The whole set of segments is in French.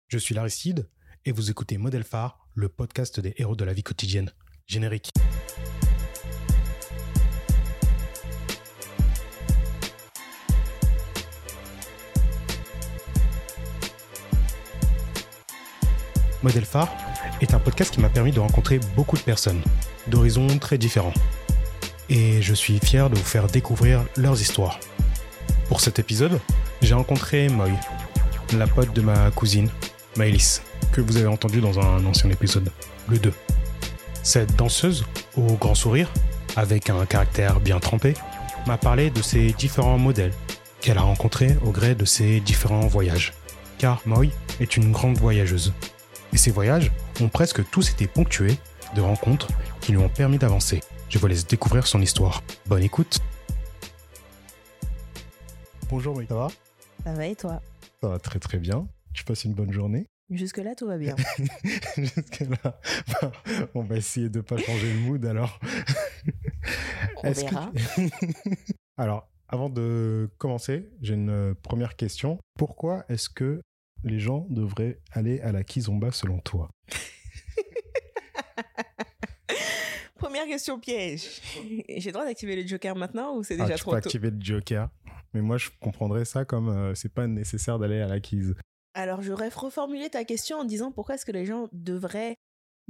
Je suis Laricide et vous écoutez Modèle Phare, le podcast des héros de la vie quotidienne. Générique. Modèle Phare est un podcast qui m'a permis de rencontrer beaucoup de personnes, d'horizons très différents. Et je suis fier de vous faire découvrir leurs histoires. Pour cet épisode, j'ai rencontré Moy, la pote de ma cousine, Maëlys, que vous avez entendu dans un ancien épisode, le 2. Cette danseuse, au grand sourire, avec un caractère bien trempé, m'a parlé de ses différents modèles qu'elle a rencontrés au gré de ses différents voyages. Car Moy est une grande voyageuse. Et ces voyages ont presque tous été ponctués de rencontres qui lui ont permis d'avancer. Je vous laisse découvrir son histoire. Bonne écoute. Bonjour Moy, ça va ? Ça va et toi ? Ça va très très bien. Tu passes une bonne journée ? Jusque-là, tout va bien. Jusque-là, on va essayer de ne pas changer le mood alors. On verra. Alors, avant de commencer, j'ai une première question. Pourquoi est-ce que les gens devraient aller à la Kizomba selon toi ? Première question piège. J'ai le droit d'activer le Joker maintenant ou c'est déjà tu trop peux tôt ? activer le Joker, mais moi je comprendrais ça comme c'est pas nécessaire d'aller à la Kiz. Alors, j'aurais reformulé ta question en disant pourquoi est-ce que les gens devraient danser ?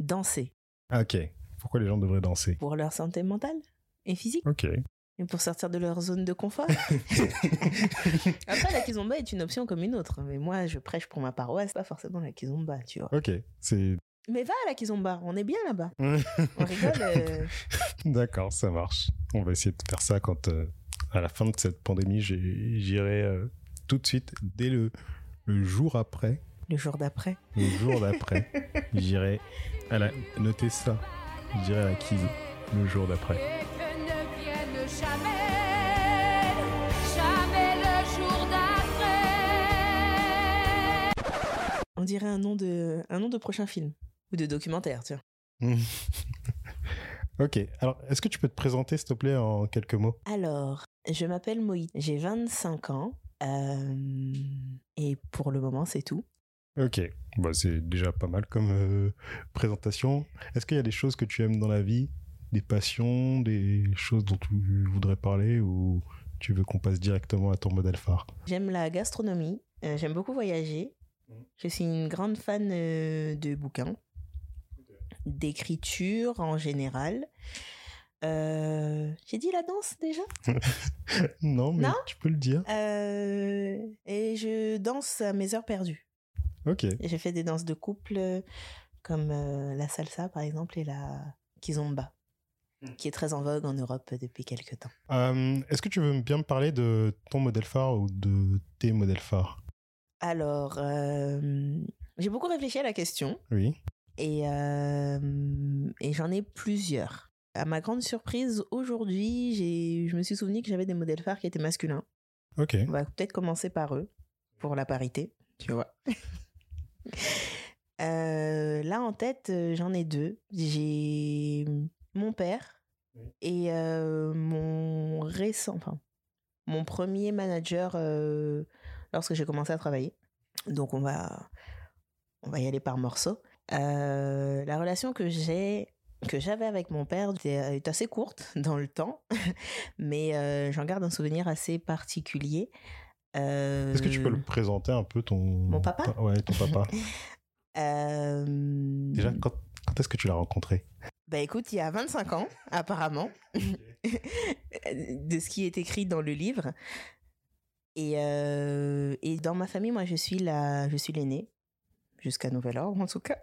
Ok, pourquoi les gens devraient danser ? Pour leur santé mentale et physique ? Ok. Et pour sortir de leur zone de confort ? Après, la Kizomba est une option comme une autre. Mais moi, je prêche pour ma paroisse, pas forcément la Kizomba, tu vois. Ok, c'est... Mais va à la Kizomba, on est bien là-bas. On rigole. D'accord, ça marche. On va essayer de faire ça quand, à la fin de cette pandémie, j'irai tout de suite, dès le jour après. Le jour d'après. Le jour d'après, j'irai notez ça, j'irai à la Kiz le jour d'après. Et que ne vienne jamais, jamais le jour d'après. On dirait un nom de prochain film. Ou de documentaire, tiens. Ok, alors est-ce que tu peux te présenter s'il te plaît en quelques mots ? Alors, je m'appelle Moïse, j'ai 25 ans. Et pour le moment, c'est tout. Ok, bah, c'est déjà pas mal comme présentation. Est-ce qu'il y a des choses que tu aimes dans la vie ? Des passions, des choses dont tu voudrais parler ou tu veux qu'on passe directement à ton modèle phare ? J'aime la gastronomie, j'aime beaucoup voyager. Je suis une grande fan de bouquins, d'écriture en général. J'ai dit la danse déjà ? Non, mais Non ? tu peux le dire. Et je danse à mes heures perdues. Ok. Et j'ai fait des danses de couple comme la salsa par exemple et la kizomba, qui est très en vogue en Europe depuis quelques temps. Est-ce que tu veux bien me parler de ton modèle phare ou de tes modèles phares ? Alors, j'ai beaucoup réfléchi à la question. Oui. Et j'en ai plusieurs. À ma grande surprise, aujourd'hui, je me suis souvenu que j'avais des modèles phares qui étaient masculins. Ok. On va peut-être commencer par eux, pour la parité, tu vois. Là, en tête, j'en ai deux. J'ai mon père et mon premier manager lorsque j'ai commencé à travailler. Donc, on va y aller par morceaux. La relation que j'avais avec mon père est assez courte dans le temps, mais j'en garde un souvenir assez particulier. Est-ce que tu peux le présenter un peu Mon papa ? Ouais, ton papa. Déjà, quand est-ce que tu l'as rencontré ? Bah écoute, il y a 25 ans, apparemment, de ce qui est écrit dans le livre. Et dans ma famille, moi, je suis l'aînée. Jusqu'à nouvel ordre, en tout cas.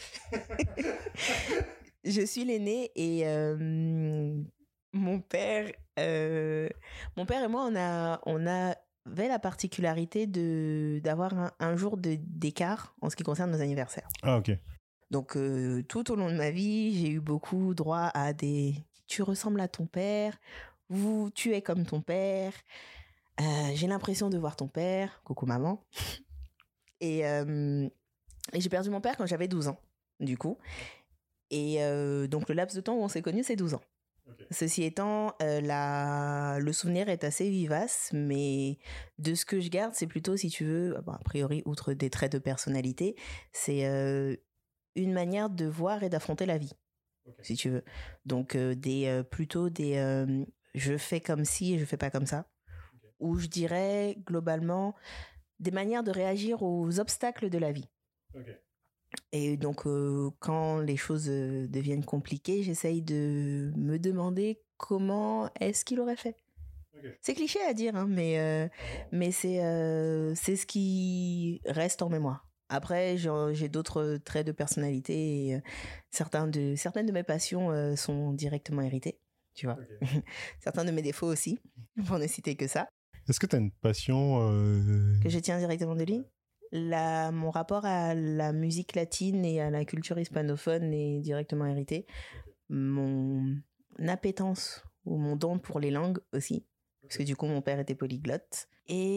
Je suis l'aînée et mon père et moi, on avait la particularité d'avoir un jour d'écart en ce qui concerne nos anniversaires. Ah, ok. Donc, tout au long de ma vie, j'ai eu beaucoup droit à des « tu ressembles à ton père »,« tu es comme ton père »,« j'ai l'impression de voir ton père »,« coucou maman ». Et j'ai perdu mon père quand j'avais 12 ans, du coup. Et donc, le laps de temps où on s'est connus, c'est 12 ans. Ceci étant, le souvenir est assez vivace, mais de ce que je garde, c'est plutôt, si tu veux, a priori, outre des traits de personnalité, c'est une manière de voir et d'affronter la vie, si tu veux. Donc, plutôt des je fais comme ci et je fais pas comme ça. Ou je dirais, globalement, des manières de réagir aux obstacles de la vie. Et donc, quand les choses deviennent compliquées, j'essaye de me demander comment est-ce qu'il aurait fait. C'est cliché à dire, hein, mais c'est ce qui reste en mémoire. Après, j'ai d'autres traits de personnalité et certaines de mes passions sont directement héritées, tu vois. Certains de mes défauts aussi, pour ne citer que ça. Est-ce que tu as une passion que je tiens directement de lui? Mon rapport à la musique latine et à la culture hispanophone est directement hérité. Mon appétence ou mon don pour les langues aussi, parce que du coup mon père était polyglotte.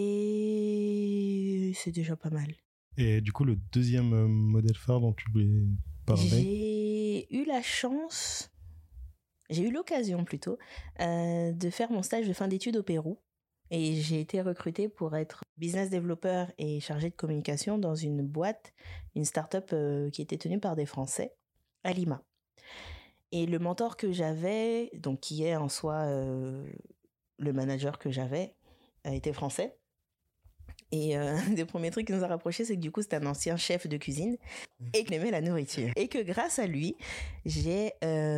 Et c'est déjà pas mal. Et du coup, le deuxième modèle phare dont tu voulais parler? J'ai eu l'occasion plutôt de faire mon stage de fin d'études au Pérou. Et j'ai été recrutée pour être business developer et chargée de communication dans une boîte, une start-up qui était tenue par des Français, à Lima. Et le mentor que j'avais, donc qui est en soi le manager que j'avais, était français. Et un des premiers trucs qui nous a rapprochés, c'est que du coup, c'était un ancien chef de cuisine et qu'il aimait la nourriture. Et que grâce à lui, j'ai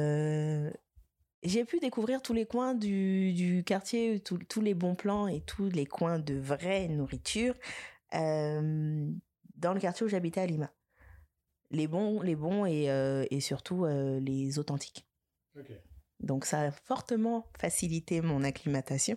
pu découvrir tous les coins du quartier, tous les bons plans et tous les coins de vraie nourriture dans le quartier où j'habitais à Lima. Les bons et surtout les authentiques. Donc ça a fortement facilité mon acclimatation.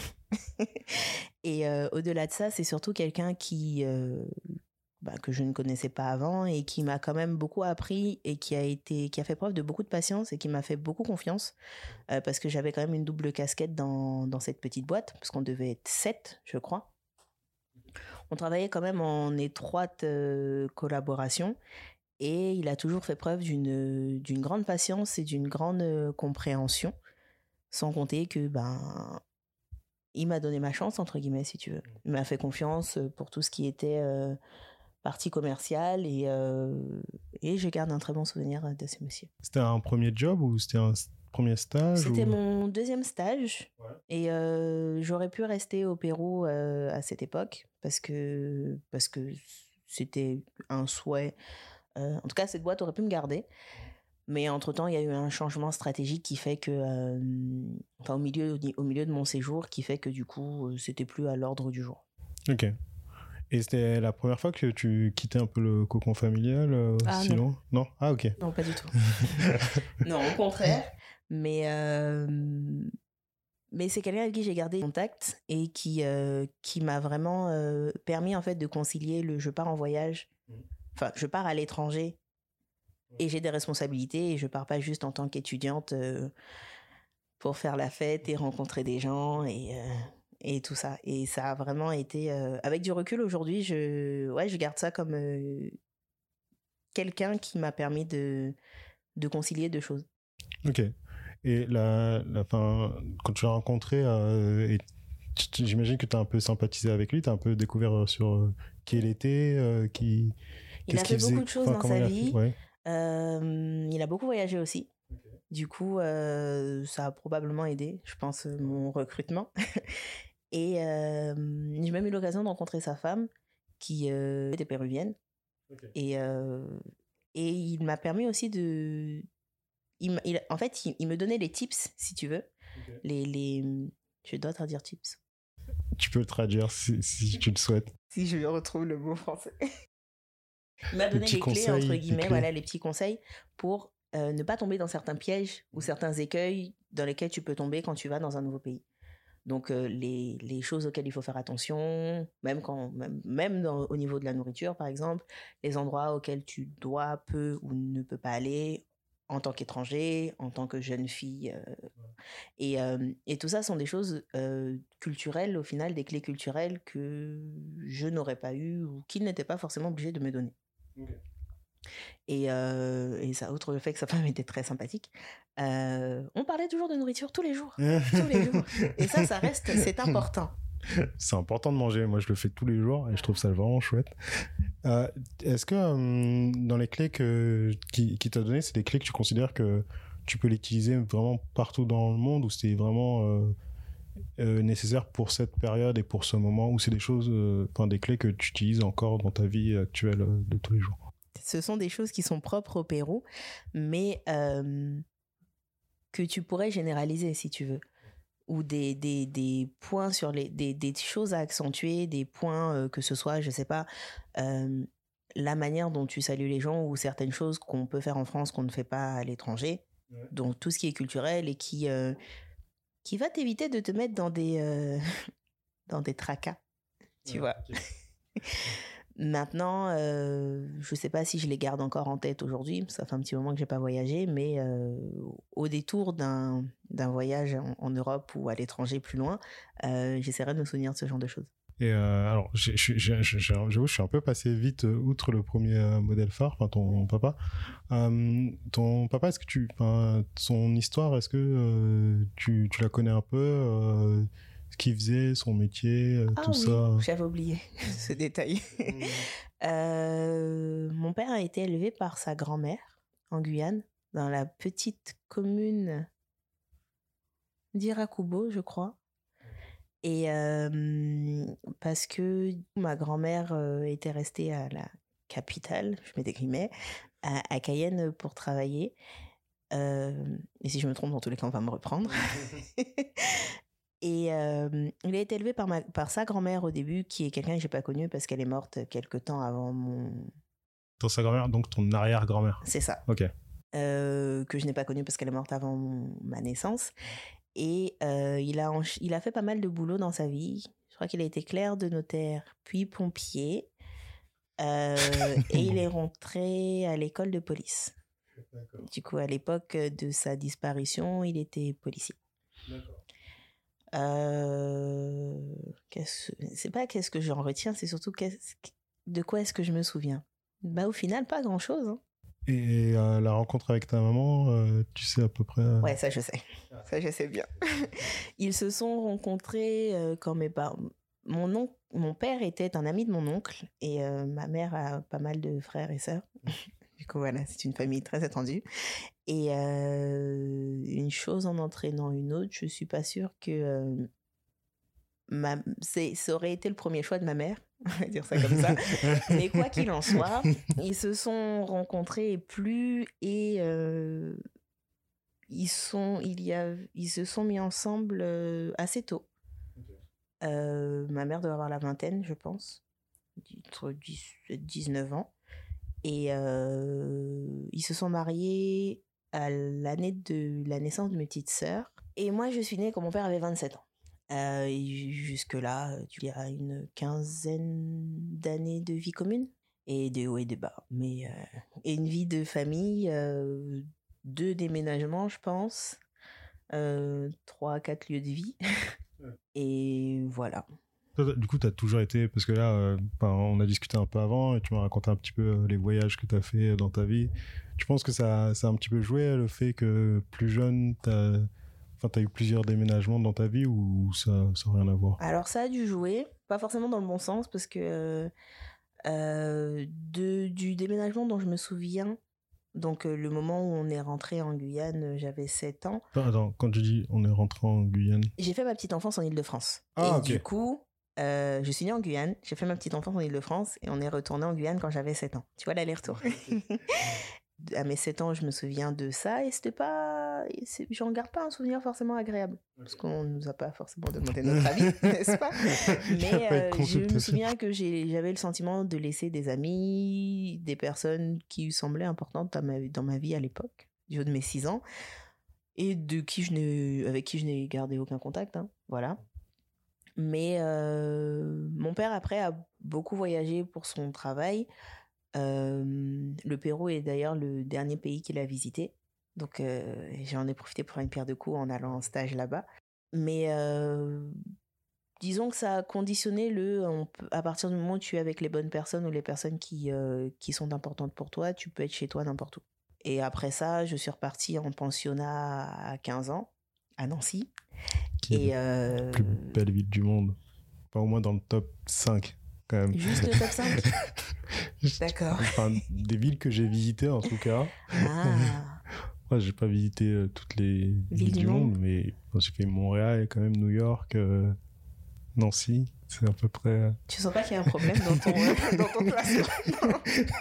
Et au-delà de ça, c'est surtout quelqu'un que je ne connaissais pas avant et qui m'a quand même beaucoup appris et qui a fait preuve de beaucoup de patience et qui m'a fait beaucoup confiance parce que j'avais quand même une double casquette dans cette petite boîte parce qu'on devait être 7, je crois. On travaillait quand même en étroite collaboration et il a toujours fait preuve d'une grande patience et d'une grande compréhension, sans compter que il m'a donné ma chance, entre guillemets, si tu veux. Il m'a fait confiance pour tout ce qui était partie commerciale et je garde un très bon souvenir de ce monsieur. C'était un premier job ou c'était un premier stage? C'était mon deuxième stage. Ouais. Et j'aurais pu rester au Pérou à cette époque parce que c'était un souhait. En tout cas, cette boîte aurait pu me garder. Mais entre-temps, il y a eu un changement stratégique qui fait que, au milieu de mon séjour, qui fait que du coup, c'était plus à l'ordre du jour. Ok. Et c'était la première fois que tu quittais un peu le cocon familial si loin? Non. Ah, ok. Non, pas du tout. Non, au contraire. Mais c'est quelqu'un avec qui j'ai gardé contact et qui m'a vraiment permis en fait de concilier le je pars en voyage, enfin je pars à l'étranger et j'ai des responsabilités et je pars pas juste en tant qu'étudiante pour faire la fête et rencontrer des gens et tout ça. Et ça a vraiment été avec du recul aujourd'hui, je garde ça comme quelqu'un qui m'a permis de concilier deux choses. Ok. Et quand tu l'as rencontré, j'imagine que tu as un peu sympathisé avec lui, tu as un peu découvert sur qui il était, il a fait beaucoup de choses dans sa vie. Ouais. Il a beaucoup voyagé aussi. Okay. Du coup, ça a probablement aidé, je pense, mon recrutement. Et j'ai même eu l'occasion de rencontrer sa femme, qui était péruvienne. Okay. Et il m'a permis aussi de... en fait, il me donnait les tips, si tu veux. Okay. Je dois traduire tips. Tu peux le traduire si tu le souhaites. Si je retrouve le mot français. Il m'a donné les clés, entre guillemets, voilà, les petits conseils pour ne pas tomber dans certains pièges ou certains écueils dans lesquels tu peux tomber quand tu vas dans un nouveau pays. Donc, les choses auxquelles il faut faire attention, même au niveau de la nourriture, par exemple, les endroits auxquels tu dois, peux ou ne peux pas aller en tant qu'étranger, en tant que jeune fille. Et tout ça sont des choses culturelles, au final, des clés culturelles que je n'aurais pas eues ou qu'il n'était pas forcément obligé de me donner. Okay. Et ça, outre le fait que sa femme était très sympathique, on parlait toujours de nourriture tous les jours. Tous les jours. Et ça reste, c'est important. C'est important de manger. Moi, je le fais tous les jours et je trouve ça vraiment chouette. Est-ce que dans les clés qui t'a donné, c'est des clés que tu considères que tu peux l'utiliser vraiment partout dans le monde, ou c'est vraiment nécessaire pour cette période et pour ce moment, ou c'est des choses, des clés que tu utilises encore dans ta vie actuelle de tous les jours? Ce sont des choses qui sont propres au Pérou, mais que tu pourrais généraliser si tu veux. Ou des points sur des choses à accentuer, des points que ce soit, je sais pas, la manière dont tu salues les gens, ou certaines choses qu'on peut faire en France qu'on ne fait pas à l'étranger. Ouais. Donc tout ce qui est culturel et qui va t'éviter de te mettre dans des dans des tracas, tu vois. Okay. Maintenant, je sais pas si je les garde encore en tête aujourd'hui, ça fait un petit moment que j'ai pas voyagé, mais au détour d'un voyage en Europe ou à l'étranger plus loin, j'essaierai de me souvenir de ce genre de choses. Et alors, j'avoue, je suis un peu passé vite outre le premier modèle phare, ton papa. Ton papa, est-ce que son histoire, est-ce que tu la connais un peu, ce qu'il faisait, son métier, tout oui, ça? J'avais oublié ce détail. Mon père a été élevé par sa grand-mère en Guyane, dans la petite commune d'Irakubo, je crois. Et parce que ma grand-mère était restée à la capitale, je mets des guillemets, à Cayenne pour travailler. Et si je me trompe, dans tous les cas, on va me reprendre. Et il a été élevé par sa grand-mère au début, qui est quelqu'un que j'ai pas connu parce qu'elle est morte quelque temps avant mon... Sa grand-mère, donc ton arrière-grand-mère. C'est ça. Ok. Que je n'ai pas connue parce qu'elle est morte avant ma naissance. Et il a fait pas mal de boulot dans sa vie. Je crois qu'il a été clerc de notaire, puis pompier. Et il est rentré à l'école de police. D'accord. Du coup, à l'époque de sa disparition, il était policier. D'accord. C'est pas qu'est-ce que j'en retiens, c'est surtout de quoi est-ce que je me souviens. Au final, pas grand-chose. Hein. Et la rencontre avec ta maman, tu sais à peu près... Ouais, ça je sais. Ça je sais bien. Ils se sont rencontrés quand mes parents... Mon père était un ami de mon oncle et ma mère a pas mal de frères et sœurs. Du coup, voilà, c'est une famille très étendue. Et une chose en entraînant une autre, je suis pas sûre que ça aurait été le premier choix de ma mère, on va dire ça comme ça. Mais quoi qu'il en soit, ils se sont rencontrés ils se sont mis ensemble assez tôt. Okay. Ma mère doit avoir la vingtaine, je pense, entre 19 ans. Et ils se sont mariés à l'année de la naissance de mes petites sœurs. Et moi, je suis née quand mon père avait 27 ans. Et jusque-là, il y a une quinzaine d'années de vie commune. Et de hauts et de bas. Mais, et une vie de famille, 2 déménagements, je pense. 3 à 4 lieux de vie. Et voilà. Du coup, tu as toujours été, parce que là, on a discuté un peu avant et tu m'as raconté un petit peu les voyages que tu as fait dans ta vie. Tu penses que ça a un petit peu joué, le fait que plus jeune, tu as eu plusieurs déménagements dans ta vie, ou ça n'a rien à voir? Alors ça a dû jouer, pas forcément dans le bon sens, parce que du déménagement dont je me souviens, donc le moment où on est rentré en Guyane, j'avais 7 ans. Attends, quand tu dis on est rentré en Guyane... J'ai fait ma petite enfance en Île-de-France. Ah, et okay. Du coup, je suis née en Guyane, j'ai fait ma petite enfance en Île-de-France et on est retourné en Guyane quand j'avais 7 ans. Tu vois l'aller-retour. À mes 7 ans, je me souviens de ça et c'était pas... J'en garde pas un souvenir forcément agréable. Parce qu'on nous a pas forcément demandé notre avis, n'est-ce pas? Mais je me souviens que j'avais le sentiment de laisser des amis, des personnes qui semblaient importantes dans ma vie à l'époque, du haut de mes 6 ans, et avec qui je n'ai gardé aucun contact. Hein, voilà. Mais mon père, après, a beaucoup voyagé pour son travail. Le Pérou est d'ailleurs le dernier pays qu'il a visité. Donc, j'en ai profité pour faire une pierre de coups en allant en stage là-bas. Mais disons que ça a conditionné à partir du moment où tu es avec les bonnes personnes ou les personnes qui sont importantes pour toi, tu peux être chez toi n'importe où. Et après ça, je suis repartie en pensionnat à 15 ans, à Nancy. Qui est la plus belle ville du monde. Pas au moins dans le top 5, quand même. Juste le top 5 D'accord. Enfin, des villes que j'ai visitées, en tout cas. Ah. Moi, j'ai pas visité toutes les villes du monde, mais j'ai fait Montréal, quand même New York, Nancy. C'est à peu près... Tu sens pas qu'il y a un problème dans ton classement?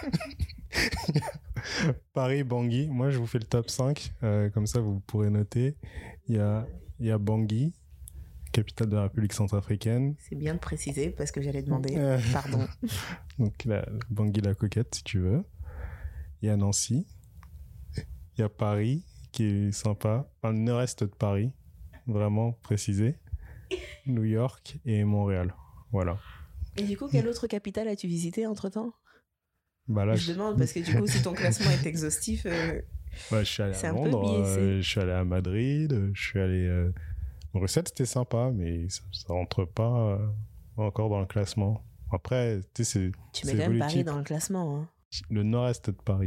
Paris, Bangui. Moi, je vous fais le top 5. Comme ça, vous pourrez noter. Il y a Bangui, capitale de la République centrafricaine. C'est bien de préciser parce que j'allais demander. Pardon. Donc, Bangui la coquette, si tu veux. Il y a Nancy. Il y a Paris, qui est sympa. Enfin, le nord-est de Paris, vraiment précisé. New York et Montréal. Voilà. Et du coup, quelle autre capitale as-tu visité entre-temps? Bah là, je demande parce que du coup, si ton classement est exhaustif, je suis allé à Londres, je suis allé à Madrid, je suis allé... Bruxelles, c'était sympa, mais ça rentre pas encore dans le classement. Après, tu sais, tu mets quand même Paris dans le classement. Hein. Le nord-est de Paris.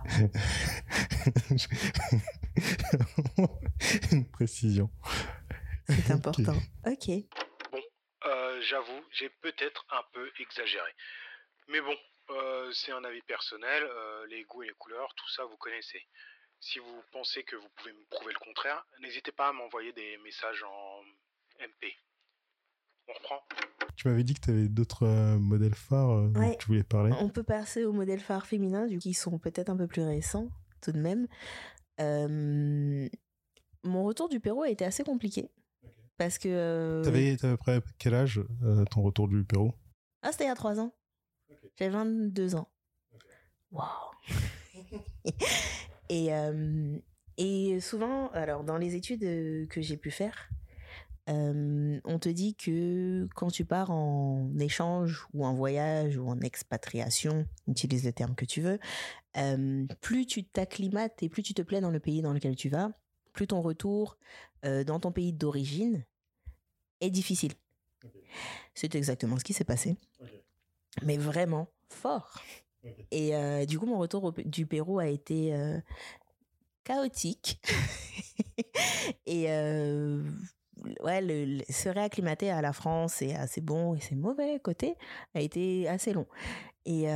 Une précision. C'est important. Ok. Bon, j'avoue, j'ai peut-être un peu exagéré. Mais bon, c'est un avis personnel, les goûts et les couleurs, tout ça vous connaissez. Si vous pensez que vous pouvez me prouver le contraire, n'hésitez pas à m'envoyer des messages en MP. On reprend. Tu m'avais dit que tu avais d'autres modèles phares dont tu voulais parler. On peut passer aux modèles phares féminins, qui sont peut-être un peu plus récents, tout de même. Mon retour du Pérou a été assez compliqué. Okay. Parce que... T'avais à peu près quel âge, ton retour du Pérou? Ah, c'était il y a 3 ans. Okay. J'avais 22 ans. Okay. Waouh. Et souvent, alors dans les études que j'ai pu faire, on te dit que quand tu pars en échange ou en voyage ou en expatriation, utilise le terme que tu veux, plus tu t'acclimates et plus tu te plais dans le pays dans lequel tu vas, plus ton retour dans ton pays d'origine est difficile. Okay. C'est exactement ce qui s'est passé. Okay. Mais vraiment fort. Okay. Et du coup, mon retour du Pérou a été chaotique. Et se réacclimater à la France et à ses bons et ses mauvais côtés a été assez long. Et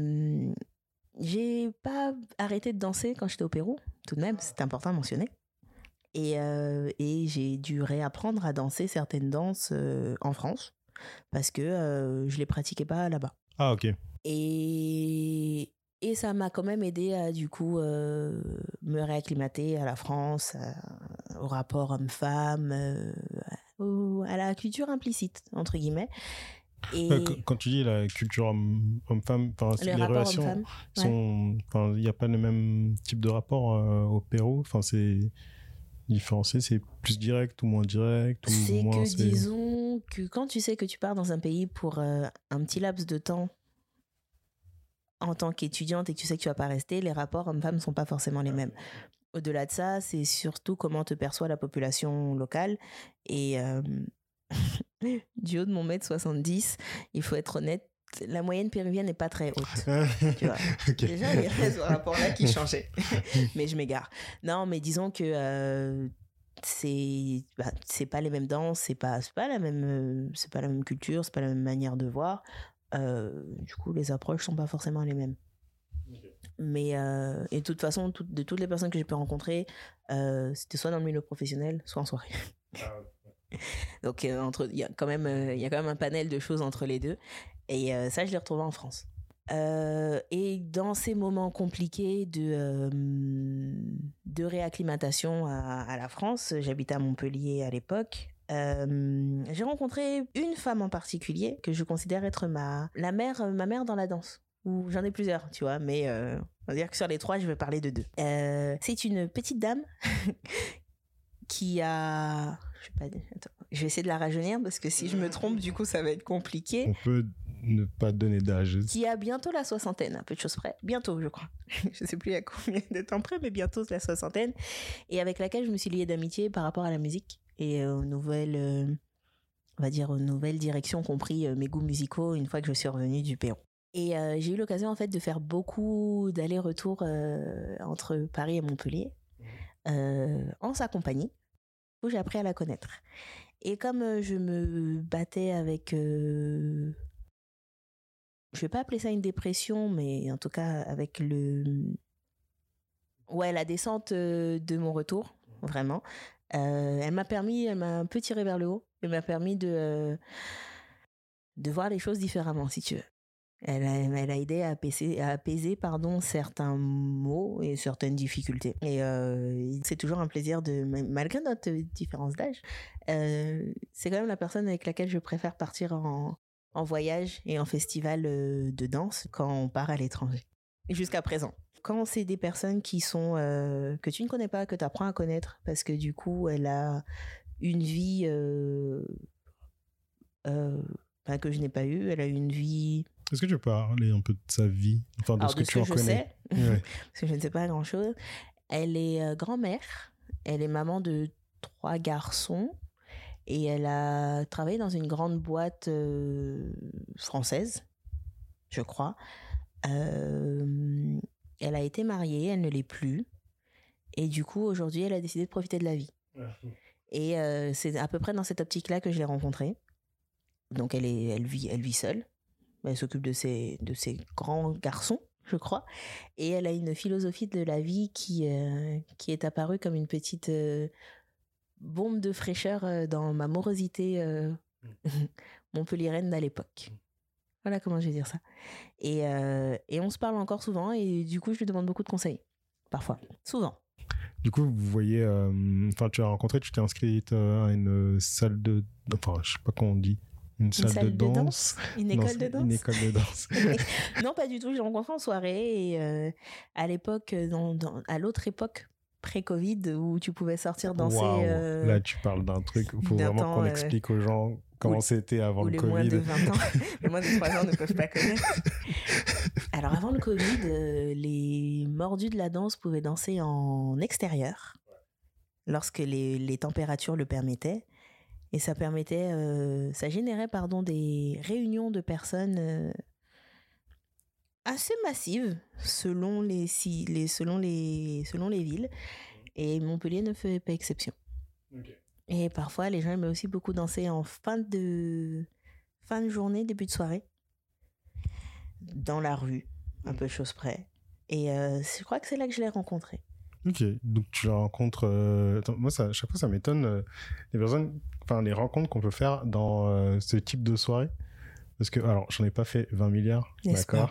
j'ai pas arrêté de danser quand j'étais au Pérou, tout de même, c'est important à mentionner. Et j'ai dû réapprendre à danser certaines danses en France parce que je les pratiquais pas là-bas. Ah, ok. Et ça m'a quand même aidé à, du coup, me réacclimater à la France, au rapport homme-femme, à la culture implicite, entre guillemets. Et quand tu dis la culture homme-femme, les relations sont... Il n'y a pas le même type de rapport au Pérou. C'est différencié, c'est plus direct ou moins direct ou moins... Disons que quand tu sais que tu pars dans un pays pour un petit laps de temps, en tant qu'étudiante et que tu sais que tu vas pas rester, les rapports hommes-femmes sont pas forcément les mêmes. Au-delà de ça, c'est surtout comment te perçoit la population locale. Et du haut de mon 1m70, il faut être honnête, la moyenne péruvienne n'est pas très haute. Tu vois. Okay. Déjà, il y a ce rapport-là qui changeait. Mais je m'égare. Non, mais disons que c'est pas les mêmes danses, c'est pas la même culture, c'est pas la même manière de voir. Du coup, les approches sont pas forcément les mêmes. Okay. Mais et de toute façon, de toutes les personnes que j'ai pu rencontrer, c'était soit dans le milieu professionnel, soit en soirée. Ah ouais. Donc il y a quand même un panel de choses entre les deux. Et ça, je l'ai retrouvé en France. Et dans ces moments compliqués de réacclimatation à la France, j'habitais à Montpellier à l'époque. J'ai rencontré une femme en particulier que je considère être ma mère dans la danse. Ou j'en ai plusieurs, tu vois, mais on va dire que sur les 3, je vais parler de 2. C'est une petite dame qui a... je vais essayer de la rajeunir parce que si je me trompe, du coup, ça va être compliqué. On peut ne pas donner d'âge. Qui a bientôt la soixantaine, un peu de choses près. Bientôt, je crois. Je sais plus à combien de temps près, mais bientôt la soixantaine. Et avec laquelle je me suis liée d'amitié par rapport à la musique et aux nouvelles on va dire, nouvelles directions, compris mes goûts musicaux, une fois que je suis revenue du Pérou. Et j'ai eu l'occasion, en fait, de faire beaucoup d'allers-retours entre Paris et Montpellier, en sa compagnie, où j'ai appris à la connaître. Et comme je me battais avec... je vais pas appeler ça une dépression, mais en tout cas avec la descente de mon retour, vraiment. Elle m'a un peu tiré vers le haut. Elle m'a permis de voir les choses différemment, si tu veux. Elle a aidé à apaiser certains mots et certaines difficultés. Et c'est toujours un plaisir, malgré notre différence d'âge, c'est quand même la personne avec laquelle je préfère partir en voyage et en festival de danse quand on part à l'étranger. Jusqu'à présent. Quand c'est des personnes qui sont que tu ne connais pas, que tu apprends à connaître, parce que du coup, elle a une vie que je n'ai pas eue. Elle a une vie... Est-ce que tu peux parler un peu de sa vie, enfin de ce que tu en connais? Ouais. Parce que je ne sais pas grand-chose. Elle est grand-mère. Elle est maman de 3 garçons. Et elle a travaillé dans une grande boîte française, je crois. Elle a été mariée, elle ne l'est plus. Et du coup, aujourd'hui, elle a décidé de profiter de la vie. Et c'est à peu près dans cette optique-là que je l'ai rencontrée. Donc, elle vit seule. Elle s'occupe de ses grands garçons, je crois. Et elle a une philosophie de la vie qui est apparue comme une petite bombe de fraîcheur dans ma morosité montpelliéraine à l'époque. Voilà comment je vais dire ça. Et on se parle encore souvent et du coup, je lui demande beaucoup de conseils. Parfois. Souvent. Du coup, vous voyez... tu as rencontré, tu t'es inscrite à une salle de... Enfin, je sais pas comment on dit. Une salle de danse. Une école de danse. Une école de danse. Non, pas du tout. Je l'ai rencontré en soirée et à l'époque, à l'autre époque, pré-Covid, où tu pouvais sortir danser. Wow. Là, tu parles d'un truc. Il faut vraiment qu'on explique aux gens comment c'était avant le Covid. Les moins de 20 ans, les moins de 3 ans ne peuvent pas connaître. Alors, avant le Covid, les mordus de la danse pouvaient danser en extérieur, lorsque les températures le permettaient. Et ça permettait, ça générait des réunions de personnes assez massives selon les villes. Et Montpellier ne fait pas exception. Okay. Et parfois, les gens aimaient aussi beaucoup danser en fin de journée, début de soirée, dans la rue, un peu chose près. Et je crois que c'est là que je l'ai rencontré. Ok, donc tu la rencontres... moi, chaque fois, ça m'étonne les rencontres qu'on peut faire dans ce type de soirée. Parce que, alors, j'en ai pas fait 20 milliards, d'accord.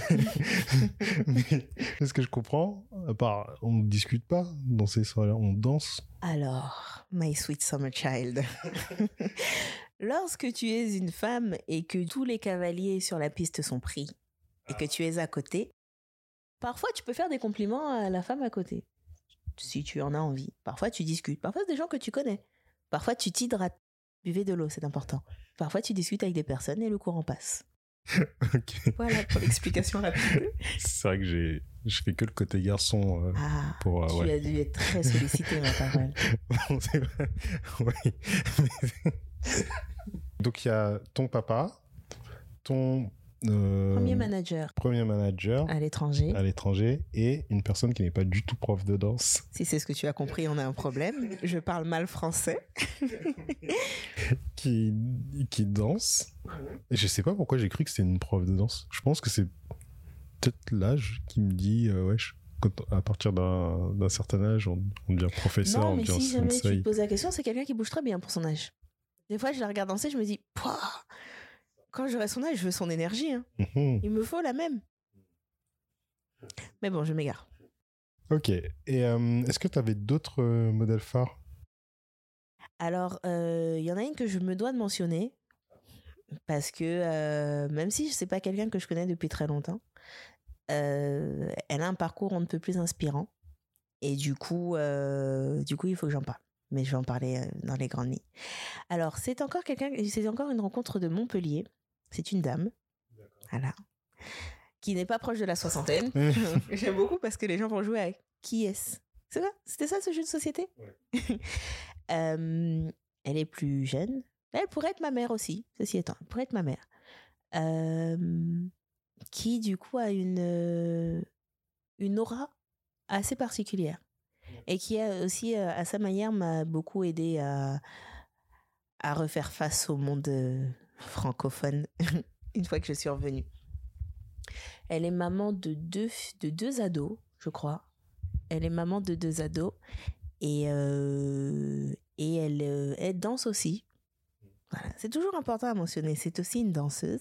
Mais ce que je comprends, à part, on ne discute pas dans ces soirées-là, on danse. Alors, my sweet summer child. Lorsque tu es une femme et que tous les cavaliers sur la piste sont pris et que tu es à côté, parfois tu peux faire des compliments à la femme à côté. Si tu en as envie. Parfois, tu discutes. Parfois, c'est des gens que tu connais. Parfois, tu t'hydrates. Buvez de l'eau, c'est important. Parfois, tu discutes avec des personnes et le courant passe. Okay. Voilà pour l'explication rapide. C'est vrai que je fais que le côté garçon tu as dû être très sollicité, ma parole. Bon, c'est vrai. Oui. Donc, il y a ton papa, ton... Premier manager à l'étranger et une personne qui n'est pas du tout prof de danse. Si c'est ce que tu as compris, on a un problème. Je parle mal français. qui danse. Et je sais pas pourquoi j'ai cru que c'était une prof de danse. Je pense que c'est peut-être l'âge qui me dit à partir d'un certain âge, on devient professeur. Non, mais si jamais tu te poses la question, c'est quelqu'un qui bouge très bien pour son âge. Des fois, je la regarde danser, je me dis, quand j'aurai son âge, je veux son énergie. Hein. Il me faut la même. Mais bon, je m'égare. Ok. Et est-ce que tu avais d'autres modèles phares? Alors, y en a une que je me dois de mentionner. Parce que même si c'est pas quelqu'un que je connais depuis très longtemps, elle a un parcours on ne peut plus inspirant. Et du coup, il faut que j'en parle. Mais je vais en parler dans les grandes lignes. Alors, c'est encore une rencontre de Montpellier. C'est une dame, voilà, qui n'est pas proche de la soixantaine. J'aime beaucoup parce que les gens vont jouer à qui est-ce. C'est ça? C'était ça ce jeu de société? Ouais. Elle est plus jeune, Elle pourrait être ma mère aussi, ceci étant. Elle pourrait être ma mère. Qui, du coup, a une aura assez particulière. Et qui a aussi, à sa manière, m'a beaucoup aidé à refaire face au monde francophone une fois que je suis revenue. Elle est maman de deux ados, je crois. Elle est maman de 2 ados. Et elle danse aussi. Voilà. C'est toujours important à mentionner. C'est aussi une danseuse.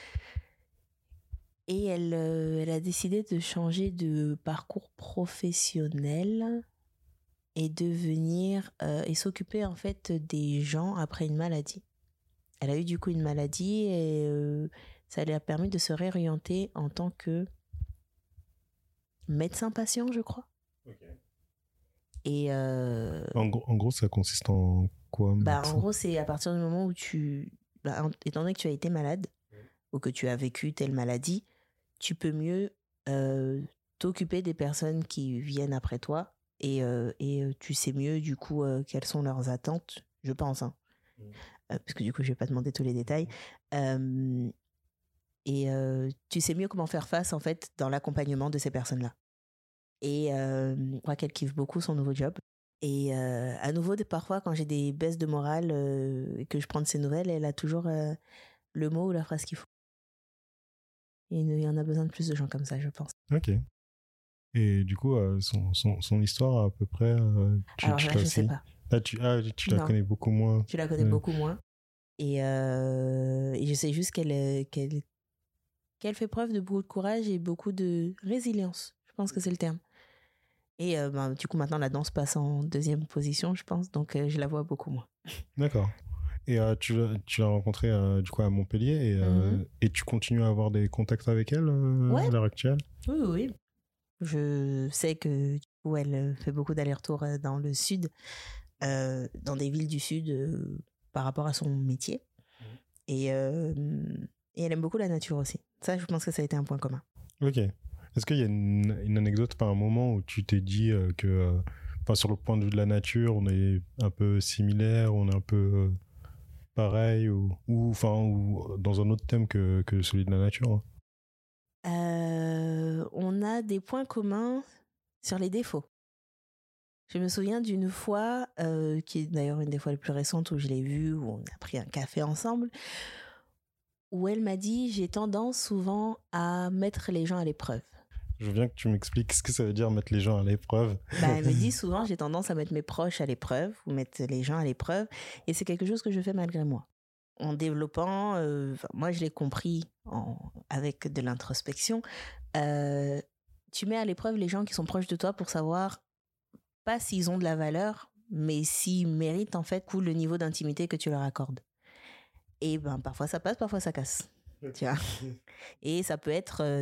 Et elle a décidé de changer de parcours professionnel et de venir et s'occuper en fait des gens après une maladie. Elle a eu du coup une maladie et ça lui a permis de se réorienter en tant que médecin patient, je crois. Okay. Et en gros, ça consiste en quoi? En gros, c'est à partir du moment où étant donné que tu as été malade ou que tu as vécu telle maladie, tu peux mieux t'occuper des personnes qui viennent après toi et tu sais mieux du coup quelles sont leurs attentes, je pense. Parce que du coup, je vais pas demander tous les détails. Tu sais mieux comment faire face en fait dans l'accompagnement de ces personnes-là. Et je crois qu'elle kiffe beaucoup son nouveau job. Et à nouveau, parfois, quand j'ai des baisses de morale et que je prends de ses nouvelles, elle a toujours le mot ou la phrase qu'il faut. Et il y en a besoin de plus de gens comme ça, je pense. Ok. Et du coup, son histoire, à peu près, alors là, je sais pas. Tu la connais beaucoup moins. Tu la connais beaucoup moins. Et je sais juste qu'elle fait preuve de beaucoup de courage et beaucoup de résilience. Je pense que c'est le terme. Et du coup, maintenant, la danse passe en 2e position, je pense. Donc, je la vois beaucoup moins. D'accord. Et tu l'as rencontrée du coup à Montpellier et tu continues à avoir des contacts avec elle à l'heure actuelle? Oui. Je sais que du coup, elle fait beaucoup d'allers-retours dans le sud, dans des villes du sud par rapport à son métier. Et elle aime beaucoup la nature aussi. Ça, je pense que ça a été un point commun. Ok. Est-ce qu'il y a une anecdote par un moment où tu t'es dit que sur le point de vue de la nature, on est un peu similaire, on est un peu pareil ou dans un autre thème que celui de la nature? On a des points communs sur les défauts. Je me souviens d'une fois, qui est d'ailleurs une des fois les plus récentes où je l'ai vue, où on a pris un café ensemble, où elle m'a dit « J'ai tendance souvent à mettre les gens à l'épreuve ». Je veux bien que tu m'expliques ce que ça veut dire mettre les gens à l'épreuve. Elle me dit souvent j'ai tendance à mettre mes proches à l'épreuve ou mettre les gens à l'épreuve et c'est quelque chose que je fais malgré moi. En développant, moi je l'ai compris avec de l'introspection, tu mets à l'épreuve les gens qui sont proches de toi pour savoir pas s'ils ont de la valeur mais s'ils méritent en fait le niveau d'intimité que tu leur accordes. Et parfois ça passe, parfois ça casse. Tu vois. Et ça peut être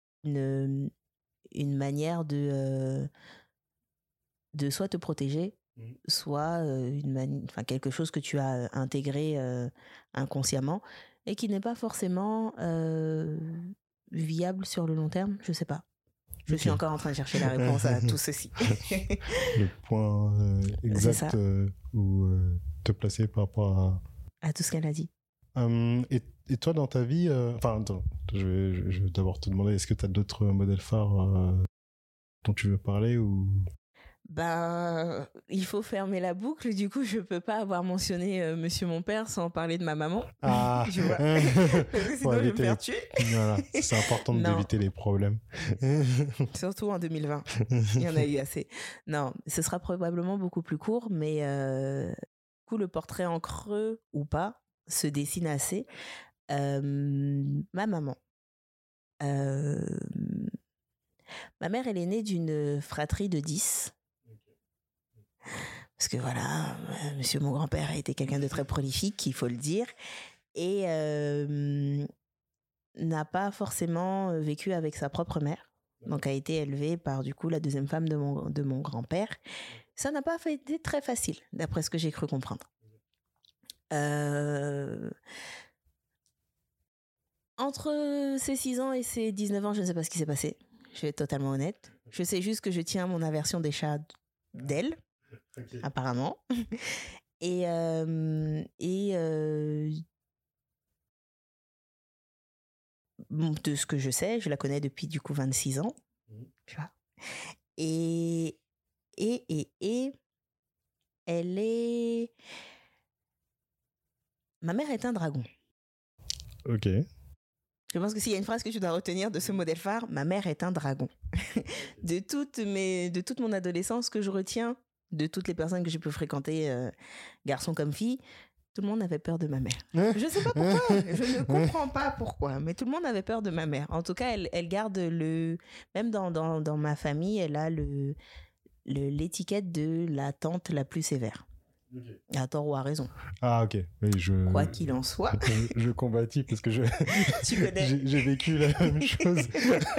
une manière de soit te protéger, soit quelque chose que tu as intégré inconsciemment et qui n'est pas forcément viable sur le long terme, je sais pas. Je suis encore en train de chercher la réponse à tout ceci. Le point exact où te placer par rapport à tout ce qu'elle a dit. Et toi, dans ta vie, je vais d'abord te demander, est-ce que tu as d'autres modèles phares dont tu veux parler ou... Il faut fermer la boucle, du coup je peux pas avoir mentionné Monsieur mon père sans parler de ma maman. Ah. Je vois. Sinon je vais me faire tuer. Voilà, c'est important d'éviter les problèmes. Surtout en 2020, il y en a eu assez. Non, ce sera probablement beaucoup plus court, mais du coup le portrait en creux ou pas se dessine assez. Ma maman. Ma mère, elle est née d'une fratrie de 10. Parce que voilà, monsieur mon grand-père a été quelqu'un de très prolifique, il faut le dire, et n'a pas forcément vécu avec sa propre mère. Donc a été élevée par du coup la 2e femme de mon grand-père. Ça n'a pas été très facile, d'après ce que j'ai cru comprendre. Entre ses 6 ans et ses 19 ans, je ne sais pas ce qui s'est passé. Je vais être totalement honnête. Je sais juste que je tiens mon aversion des chats d'elle, apparemment. Et de ce que je sais, je la connais depuis du coup 26 ans. Tu vois. Et elle est... Ma mère est un dragon. Ok. Je pense que s'il y a une phrase que tu dois retenir de ce modèle phare, ma mère est un dragon. de toute mon adolescence, que je retiens, de toutes les personnes que j'ai pu fréquenter, garçons comme filles, tout le monde avait peur de ma mère. Je ne sais pas pourquoi, je ne comprends pas pourquoi, mais tout le monde avait peur de ma mère. En tout cas, elle garde même dans ma famille, elle a l'étiquette de la tante la plus sévère. Okay. À tort ou à raison. Ah, ok. Oui, quoi qu'il en soit. Je combatis parce que tu connais. J'ai vécu la même chose.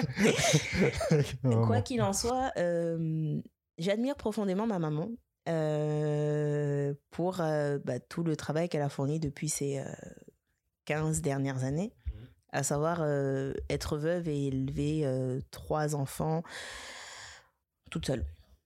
Quoi qu'il en soit, j'admire profondément ma maman pour tout le travail qu'elle a fourni depuis ces 15 dernières années, à savoir être veuve et élever 3 enfants toute seule.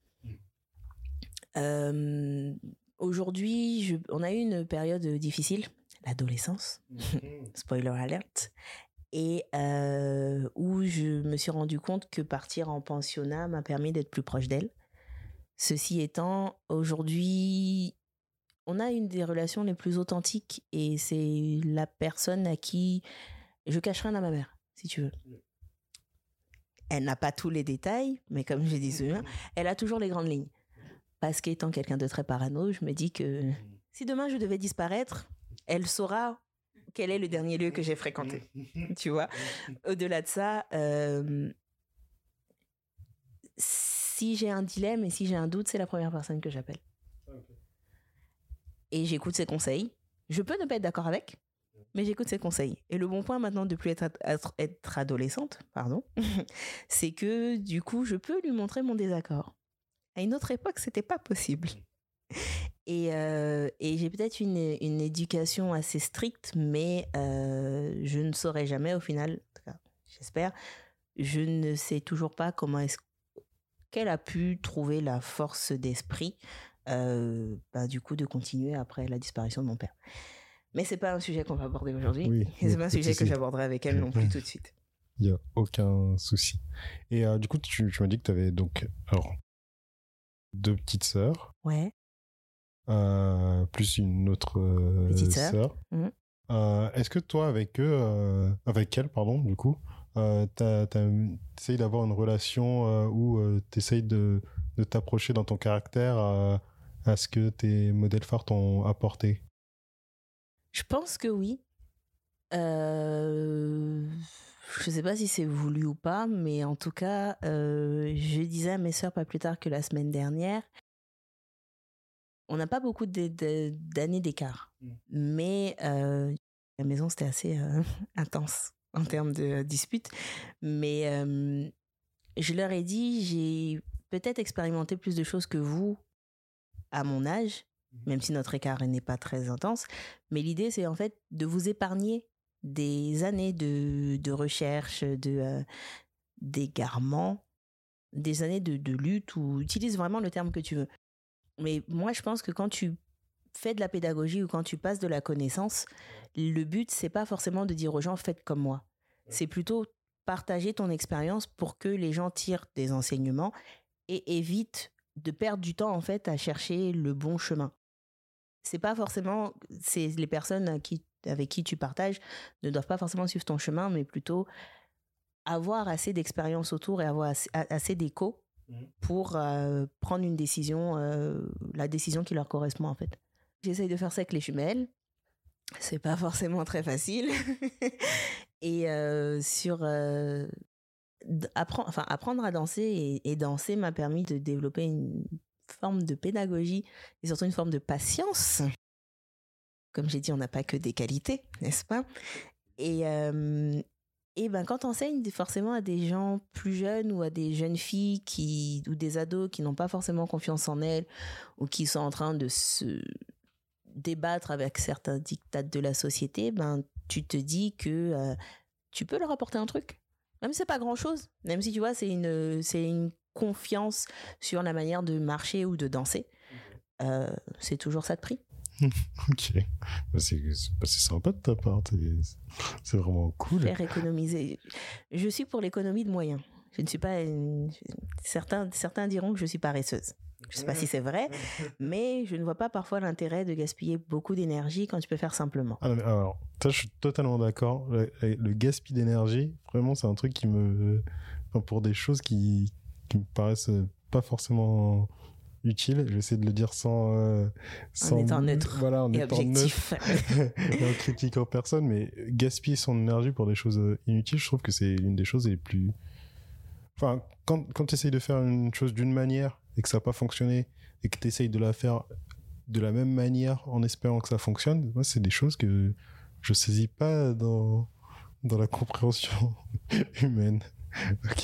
Aujourd'hui, on a eu une période difficile, l'adolescence, spoiler alert, et où je me suis rendu compte que partir en pensionnat m'a permis d'être plus proche d'elle. Ceci étant, aujourd'hui, on a une des relations les plus authentiques et c'est la personne à qui je cache rien à ma mère, si tu veux. Elle n'a pas tous les détails, mais comme je dis souvent, elle a toujours les grandes lignes. Parce qu'étant quelqu'un de très parano, je me dis que si demain je devais disparaître, elle saura quel est le dernier lieu que j'ai fréquenté. Tu vois ? Au-delà de ça, si j'ai un dilemme et si j'ai un doute, c'est la première personne que j'appelle. Et j'écoute ses conseils. Je peux ne pas être d'accord avec, mais j'écoute ses conseils. Et le bon point maintenant de plus être adolescente, c'est que du coup, je peux lui montrer mon désaccord. À une autre époque, c'était pas possible. Et j'ai peut-être une éducation assez stricte, mais je ne saurais jamais, au final, en tout cas, j'espère, je ne sais toujours pas comment est-ce qu'elle a pu trouver la force d'esprit, du coup, de continuer après la disparition de mon père. Mais c'est pas un sujet qu'on va aborder aujourd'hui. Oui, c'est pas un sujet que j'aborderai avec elle non plus tout de suite. Il n'y a aucun souci. Et du coup, tu m'as dit que tu avais donc... Alors, 2 petites sœurs. Ouais. Plus une autre petite sœur. Est-ce que toi, avec elle, du coup, t'essayes d'avoir une relation où t'essayes de t'approcher dans ton caractère à ce que tes modèles phares t'ont apporté? Je pense que oui. Je sais pas si c'est voulu ou pas, mais en tout cas, je disais à mes sœurs pas plus tard que la semaine dernière, on n'a pas beaucoup d'années d'écart, mais la maison c'était assez intense en termes de disputes, mais je leur ai dit, j'ai peut-être expérimenté plus de choses que vous à mon âge, même si notre écart n'est pas très intense, mais l'idée c'est en fait de vous épargner des années de recherche, d'égarement, des années de lutte, ou utilise vraiment le terme que tu veux. Mais moi, je pense que quand tu fais de la pédagogie ou quand tu passes de la connaissance, le but, c'est pas forcément de dire aux gens « faites comme moi ». C'est plutôt partager ton expérience pour que les gens tirent des enseignements et évitent de perdre du temps, en fait, à chercher le bon chemin. C'est pas forcément... C'est les personnes avec qui tu partages ne doivent pas forcément suivre ton chemin, mais plutôt avoir assez d'expérience autour et avoir assez d'écho pour prendre une décision, la décision qui leur correspond en fait. J'essaye de faire ça avec les jumelles. C'est pas forcément très facile. Et apprendre à danser et danser m'a permis de développer une forme de pédagogie et surtout une forme de patience. Comme j'ai dit, on n'a pas que des qualités, n'est-ce pas ? Et quand tu enseignes forcément à des gens plus jeunes ou à des jeunes filles ou des ados qui n'ont pas forcément confiance en elles ou qui sont en train de se débattre avec certains dictats de la société, tu te dis que tu peux leur apporter un truc. Même si c'est pas grand-chose, même si tu vois, c'est une confiance sur la manière de marcher ou de danser. C'est toujours ça de prix. Ok. C'est sympa de ta part. C'est vraiment cool. Faire économiser. Je suis pour l'économie de moyens. Je ne suis pas certains diront que je suis paresseuse. Je ne sais pas si c'est vrai, mais je ne vois pas parfois l'intérêt de gaspiller beaucoup d'énergie quand tu peux faire simplement. Ah non, mais alors, ça, je suis totalement d'accord. Le gaspille d'énergie, vraiment, c'est un truc qui me... Enfin, pour des choses qui me paraissent pas forcément utiles, j'essaie de le dire sans étant neutre. Voilà, en et étant objectif. neutre. Et en critiquant personne, mais gaspiller son énergie pour des choses inutiles, je trouve que c'est l'une des choses les plus... Enfin, quand tu essayes de faire une chose d'une manière et que ça n'a pas fonctionné et que tu essayes de la faire de la même manière en espérant que ça fonctionne, moi, c'est des choses que je saisis pas dans la compréhension humaine. Ok.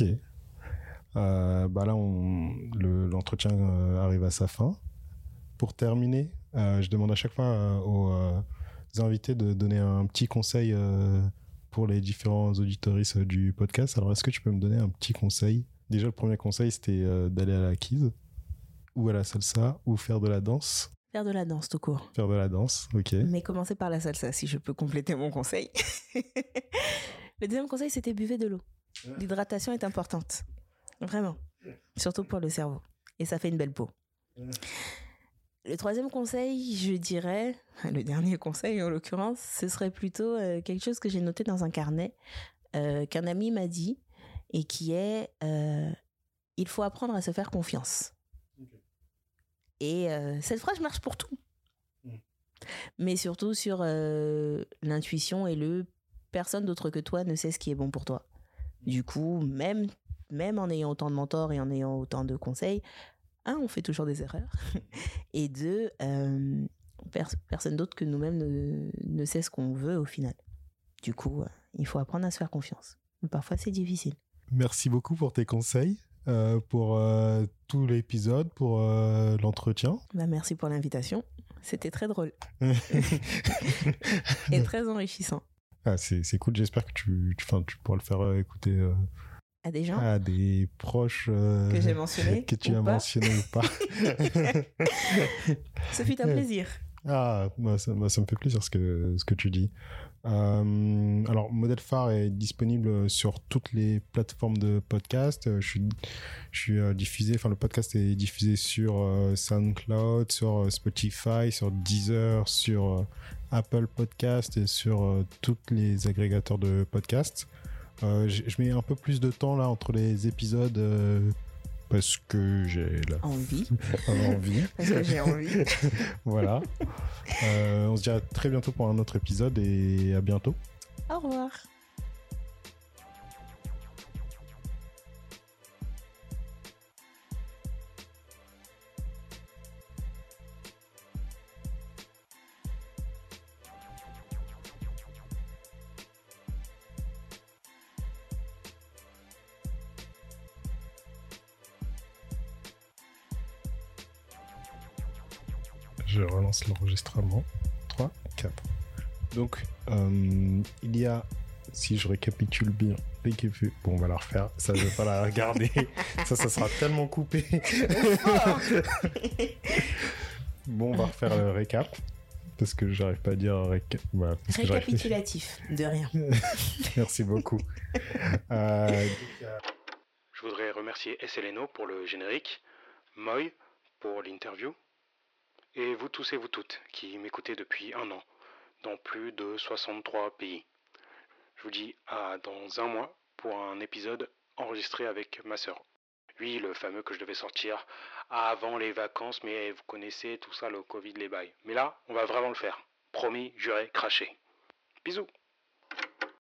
Bah là, l'entretien arrive à sa fin. Pour terminer, je demande à chaque fois aux invités de donner un petit conseil pour les différents auditoristes du podcast. Alors, est-ce que tu peux me donner un petit conseil? Déjà, le premier conseil, c'était d'aller à la Kid ou à la salsa ou faire de la danse. Faire de la danse tout court. Faire de la danse, ok. Mais commencer par la salsa, si je peux compléter mon conseil. Le deuxième conseil, c'était buvez de l'eau. L'hydratation est importante. Vraiment. Surtout pour le cerveau. Et ça fait une belle peau. Le troisième conseil, je dirais, le dernier conseil en l'occurrence, ce serait plutôt quelque chose que j'ai noté dans un carnet qu'un ami m'a dit et qui est il faut apprendre à se faire confiance. Okay. Et cette phrase marche pour tout. Mais surtout sur l'intuition et personne d'autre que toi ne sait ce qui est bon pour toi. Du coup, même en ayant autant de mentors et en ayant autant de conseils, on fait toujours des erreurs. Et deux, personne d'autre que nous-mêmes ne sait ce qu'on veut au final. Du coup, il faut apprendre à se faire confiance. Mais parfois, c'est difficile. Merci beaucoup pour tes conseils, pour tout l'épisode, pour l'entretien. Merci pour l'invitation. C'était très drôle. Et très enrichissant. C'est cool. J'espère que tu pourras le faire écouter... à des gens, à des proches que j'ai mentionné, que tu as mentionné ou pas. Ce fut un plaisir. Moi, ça me fait plaisir ce que tu dis. Alors, Modèle Phare est disponible sur toutes les plateformes de podcast. Je suis diffusé, enfin, le podcast est diffusé sur SoundCloud, sur Spotify, sur Deezer, sur Apple Podcast et sur tous les agrégateurs de podcasts. Je mets un peu plus de temps là entre les épisodes parce que j'ai envie. Parce que j'ai envie. Voilà. On se dit à très bientôt pour un autre épisode et à bientôt. Au revoir. Je relance l'enregistrement. 3, 4. Donc, il y a, si je récapitule bien, bon, on va la refaire. Ça, je vais pas la regarder. ça sera tellement coupé. Bon, on va refaire le récap. Parce que j'arrive pas à dire voilà, récapitulatif, de rien. Merci beaucoup. Je voudrais remercier SLNO pour le générique, Moy pour l'interview, et vous tous et vous toutes qui m'écoutez depuis 1 an, dans plus de 63 pays. Je vous dis à dans 1 mois pour un épisode enregistré avec ma sœur. Oui, le fameux que je devais sortir avant les vacances, mais vous connaissez tout ça, le Covid, les bails. Mais là, on va vraiment le faire. Promis, juré, craché. Bisous.